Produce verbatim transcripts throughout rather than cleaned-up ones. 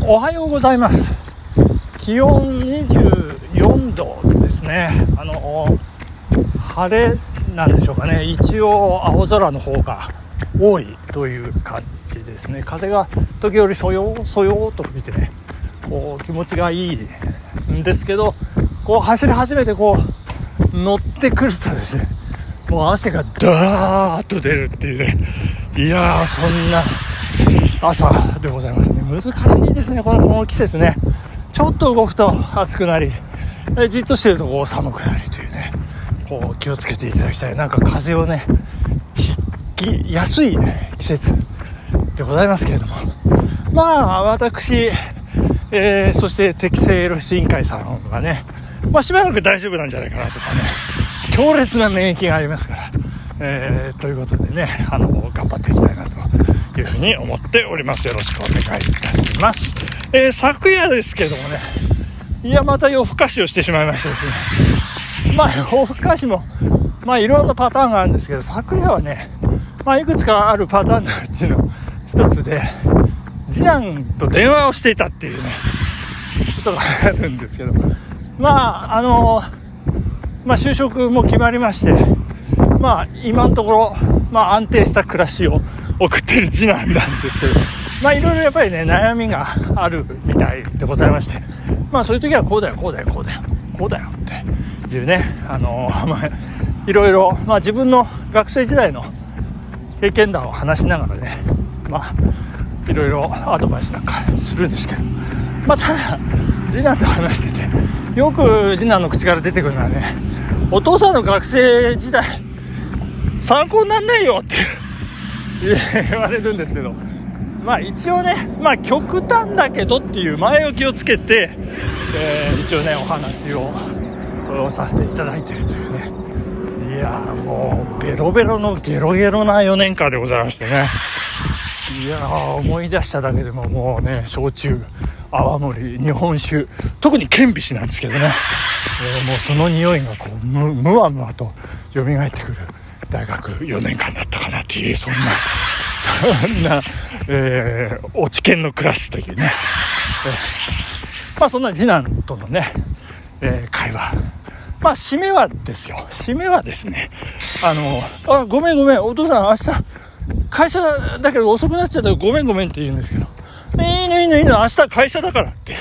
おはようございます。気温にじゅうよんどですね。あの晴れなんでしょうかね。一応青空の方が多いという感じですね。風が時折そよそよと吹いてね、こう気持ちがいいんですけど、こう走り始めてこう乗ってくるとですね、もう汗がダーッと出るっていうね。いやー、そんな朝でございますね。難しいですね、このこの季節ね。ちょっと動くと暑くなり、えじっとしてるとこう寒くなりというね、こう気をつけていただきたい。なんか風邪をねひきやすい季節でございますけれども、まあ私、えー、そして適正露出委員会さんはね、まあしばらく大丈夫なんじゃないかなとかね、強烈な免疫がありますから、えー、ということでね、あの頑張っていきたいなというふうに思っております。よろしくお願いいたします。えー、昨夜ですけどもね、いやまた夜更かしをしてしまいましてですね、まあ夜更かしもまあいろんなパターンがあるんですけど、昨夜はね、まあいくつかあるパターンのうちの一つで、次男と電話をしていたっていうねことがあるんですけど、まああのまあ就職も決まりまして、まあ今のところまあ安定した暮らしを送っている次男なんですけど、まあいろいろやっぱりね悩みがあるみたいでございまして、まあそういう時はこうだよこうだよこうだよこうだよっていうね、あのー、まあいろいろまあ自分の学生時代の経験談を話しながらね、まあいろいろアドバイスなんかするんですけど、まあただ次男と話しててよく次男の口から出てくるのはね、お父さんの学生時代参考になんないよって言われるんですけど、まあ一応ね、まあ極端だけどっていう前置きをつけて、えー、一応ねお話をさせていただいているというね。いやもうベロベロのゲロゲロなよねんかんでございましてね。いや思い出しただけでももうね、焼酎、泡盛、日本酒、特に顕微種なんですけどね、えー、もうその匂いがこう む, むわむわと蘇ってくる大学よねんかんだったかなっていう、そんなそんな、えー、落ち研のクラスというね、えー、まあそんな次男とのね、えー、会話、まあ締めはですよ締めはですね、あのあごめんごめんお父さん明日会社だけど遅くなっちゃったらごめんごめんって言うんですけど、いいのいいのいいの明日会社だからって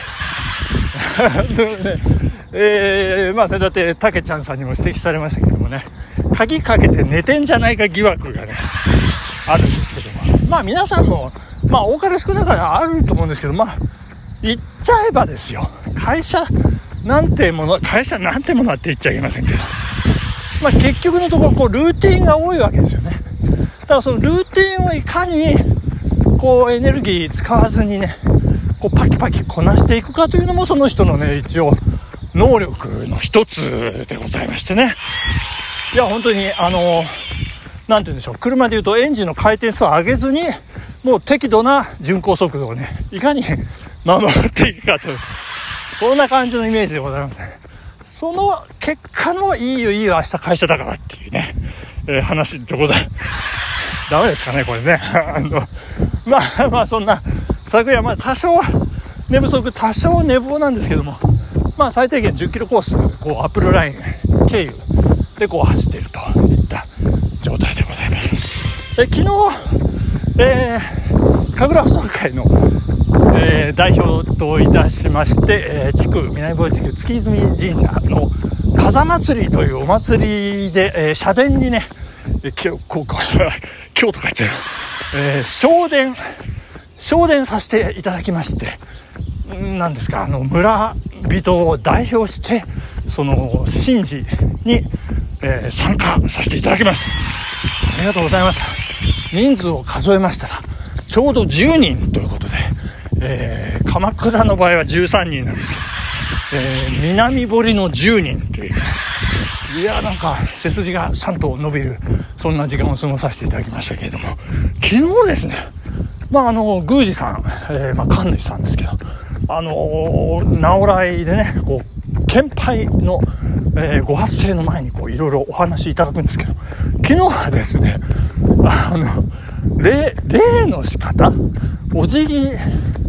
えー、まあそれだってたけちゃんさんにも指摘されましたけどもね、鍵かけて寝てんじゃないか疑惑がねあるんですけども、まあ皆さんもまあ多かれ少なかれあると思うんですけど、まあ言っちゃえばですよ、会社なんてもの会社なんてものはって言っちゃいけませんけど、まあ結局のところこうルーティンが多いわけですよね。だからそのルーティンをいかにこうエネルギー使わずにね、こうパキパキこなしていくかというのもその人のね一応能力の一つでございましてね。いや本当にあのなんて言うんでしょう、車でいうとエンジンの回転数を上げずにもう適度な巡航速度をねいかに守っていくかという、そんな感じのイメージでございますね。その結果のいいよいいよ明日会社だからっていうね、えー、話でございます。ダメですかねこれねあのまあまあそんな昨夜まあ多少寝不足多少寝坊なんですけども、まあ最低限じゅっキロコースこうアップルライン経由でこう走っているといった状態でございます。え昨日、えー、神楽総会の、えー、代表といたしまして、えー、地区南房地区月泉神社の風祭りというお祭りで、えー、社殿にねえ今日こう今日とか言っちゃう、えー、昇殿昇殿させていただきまして、なんですか、あの村人を代表してその神事に、えー、参加させていただきました。ありがとうございました。人数を数えましたらちょうどじゅうにんということで、えー、鎌倉の場合はじゅうさんにんなんですけど、えー、南堀のじゅうにんという、いやなんか背筋がちゃんと伸びるそんな時間を過ごさせていただきましたけれども、昨日ですね、まああの宮司さん、えー、まあ神主さんですけど、あのー、直来でねこう献杯の、えー、ご発声の前にこういろいろお話しいただくんですけど、昨日はですねあの礼礼の仕方、お辞儀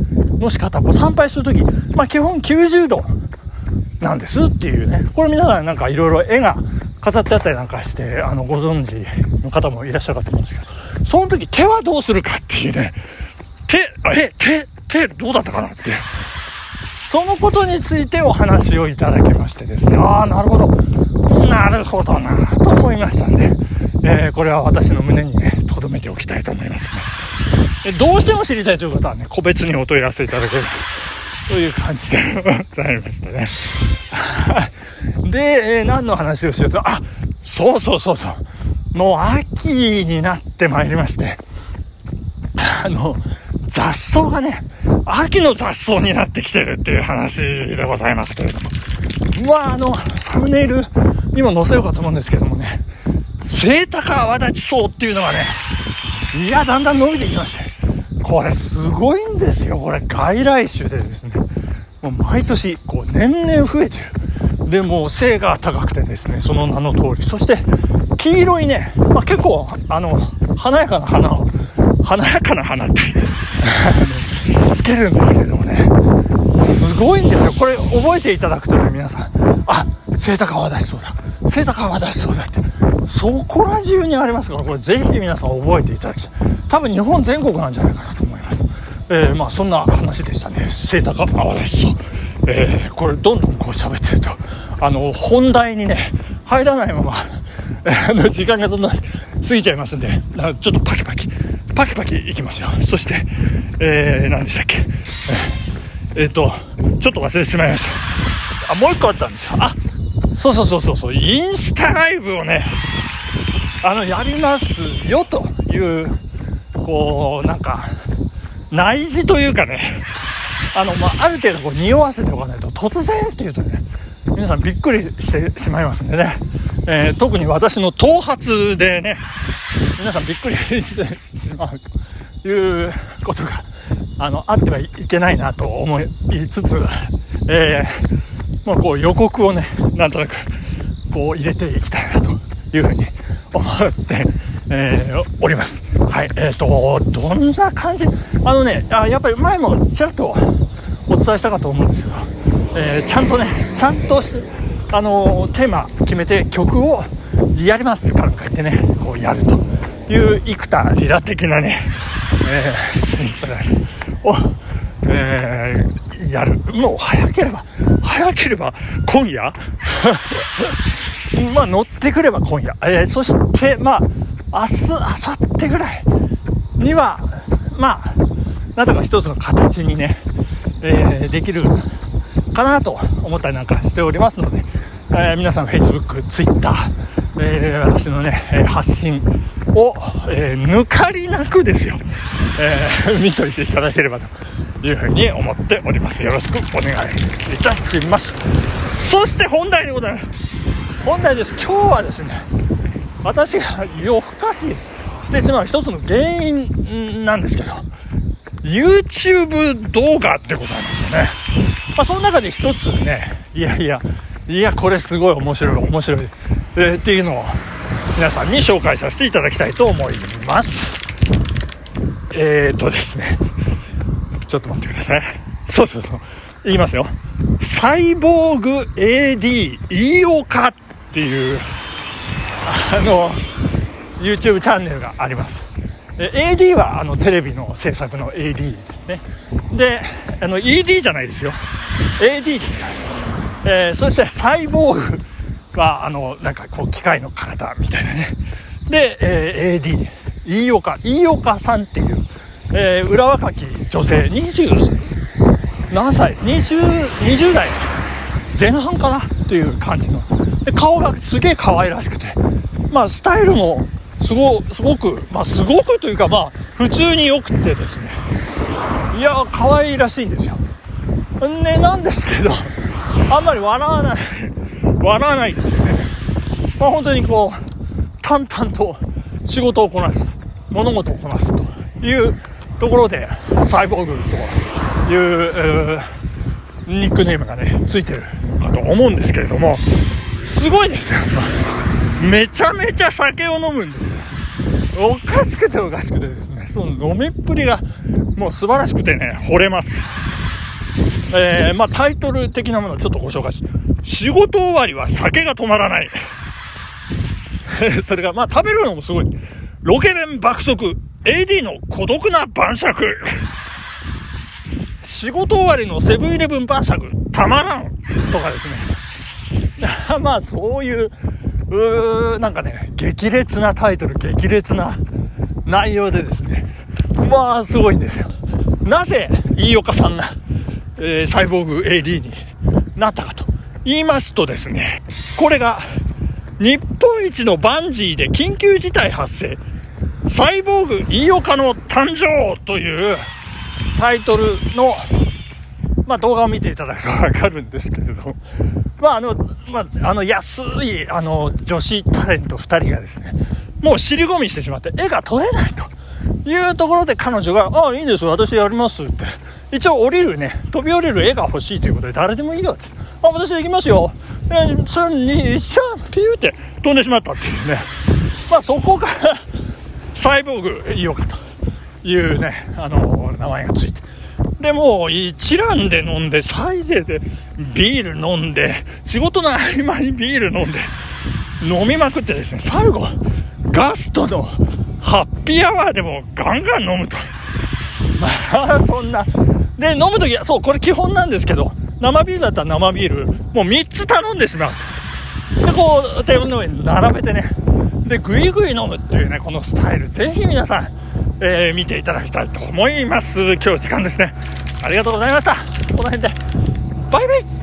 の仕方、こう参拝するとき、まあ基本きゅうじゅうどなんですっていうね。これ皆さんなんかいろいろ絵が飾ってあったりなんかして、あの、ご存知の方もいらっしゃるかと思うんですけど、その時手はどうするかっていうね、手、え、手、手どうだったかなって。そのことについてお話をいただきましてですね、ああ、なるほど。なるほどなと思いましたんで、えー、これは私の胸にね、留めておきたいと思いますね。どうしても知りたいという方はね、個別にお問い合わせいただければという感じでございましたね。で、えー、何の話をしようと、あ、そうそうそうそう。もう秋になってまいりまして、あの、雑草がね、秋の雑草になってきてるっていう話でございますけれども。まあ、あの、サムネイルにも載せようかと思うんですけどもね、セイタカアワダチソウっていうのがね、いや、だんだん伸びてきまして、これすごいんですよ。これ外来種でですね、もう毎年、こう、年々増えてる。で、もう背が高くてですね、その名の通り。そして、黄色いね、まあ、結構、あの、華やかな花を、華やかな花ってつけるんですけれどもね、すごいんですよ。これ覚えていただくとね、皆さん、あ、セイタカアワダチソウだ、セイタカアワダチソウだって、そこら中にありますから、これぜひ皆さん覚えていただきたい。多分日本全国なんじゃないかなと思います。えー、まあそんな話でしたね。セイタカアワダチソウ。えー、これどんどんこう喋ってると、あの、本題にね、入らないまま、あの、時間がどんどん過ぎちゃいますんで、ちょっとパキパキ、パキパキいきますよ。そして、えー、何でしたっけ。えー、えーと、ちょっと忘れてしまいました。あ、もう一個あったんですよ。あ、そうそうそうそうそう、インスタライブをね、あの、やりますよという、こう、なんか、内示というかね、あの、まあ、ある程度こう匂わせておかないと、突然っていうとね、皆さんびっくりしてしまいますんでね、えー、特に私の頭髪でね、皆さんびっくりしてしまうということが、あの、あってはいけないなと思いつつ、えー、まあ、こう予告をね、なんとなく、こう入れていきたいなというふうに思って、えー、おります。はい。えーと、どんな感じ、あのね、あ、やっぱり前もちらっとお伝えしたかと思うんですけど、えー、ちゃんとね、ちゃんとして、あのー、テーマ決めて曲をやりますから書いてね、こうやるという幾多リラ的なね、えー、インスタライブを、えー、やる。もう早ければ、早ければ今夜まあ乗ってくれば今夜。えー、そして、まあ、明日、明後日ぐらいには、まあ、なんとか一つの形にね、えー、できるかなと思ったりなんかしておりますので、えー、皆さん Facebook、Twitter、えー、私のね、発信を、えー、抜かりなくですよ、えー、見といていただければというふうに思っております。よろしくお願いいたします。そして本題でございます。本題です。今日はですね、私が夜更かししてしまう一つの原因なんですけど、YouTube 動画でございますよね。まあ、その中で一つね、いやいやいやこれすごい面白い面白い、えー、っていうのを皆さんに紹介させていただきたいと思います。えーとですね、ちょっと待ってください。そうそうそう、言いますよ。サイボーグ エーディー 飯岡っていうあの YouTube チャンネルがあります。エーディー はあのテレビの制作の エーディー ですね。で、あの イーディー じゃないですよ。エーディー ですから。えー、そしてサイボーグはあのなんかこう機械の体みたいなね。で、えー、エーディー 飯岡飯岡さんっていう、えー、裏若き女性にじゅう何歳 20, 20代前半かなっていう感じので、顔がすげえ可愛らしくて、まあスタイルもすごすごくまあすごくというかまあ普通に良くてですね、いや可愛いらしいんですよね。なんですけどあんまり笑わない笑わないっていうね、まあ本当にこう淡々と仕事をこなす物事をこなすというところでサイボーグという、えー、ニックネームがねついてるかと思うんですけれども、すごいですよ。めちゃめちゃ酒を飲むんですよ。おかしくておかしくてですね、 その飲みっぷりがもう素晴らしくてね、惚れます。えー、まあタイトル的なものをちょっとご紹介し、仕事終わりは酒が止まらないそれがまあ食べるのもすごい。ロケ弁爆速 エーディー の孤独な晩酌、仕事終わりのセブンイレブン晩酌たまらんとかですねまあそういううーなんかね、激烈なタイトル、激烈な内容でですね、まあすごいんですよ。なぜ飯岡さんが、えー、サイボーグ エーディー になったかと言いますとですね、これが日本一のバンジーで緊急事態発生、サイボーグ飯岡の誕生というタイトルの、まあ、動画を見ていただくとわかるんですけれども、まああのまあ、あの安いあの女子タレントふたりがですね、もう尻込みしてしまって絵が撮れないというところで、彼女がああいいです私やりますって、一応降りるね、飛び降りる絵が欲しいということで、誰でもいいよって、あ私行きますよ、さんにいちさんって言うて飛んでしまったっていうね、まあそこからサイボーグ飯岡というね、あの名前がついて、でもう一蘭で飲んで、サイゼでビール飲んで、仕事の合間にビール飲んで飲みまくってですね、最後ガストのハッピーアワーでもガンガン飲むと、まあそんなで、飲むときはそうこれ基本なんですけど、生ビールだったら生ビールもうみっつ頼んでしまうと、でこうテーブルの上に並べてね、でグイグイ飲むっていうね、このスタイルぜひ皆さん、えー、見ていただきたいと思います。今日時間ですね。ありがとうございました。この辺でバイバイ。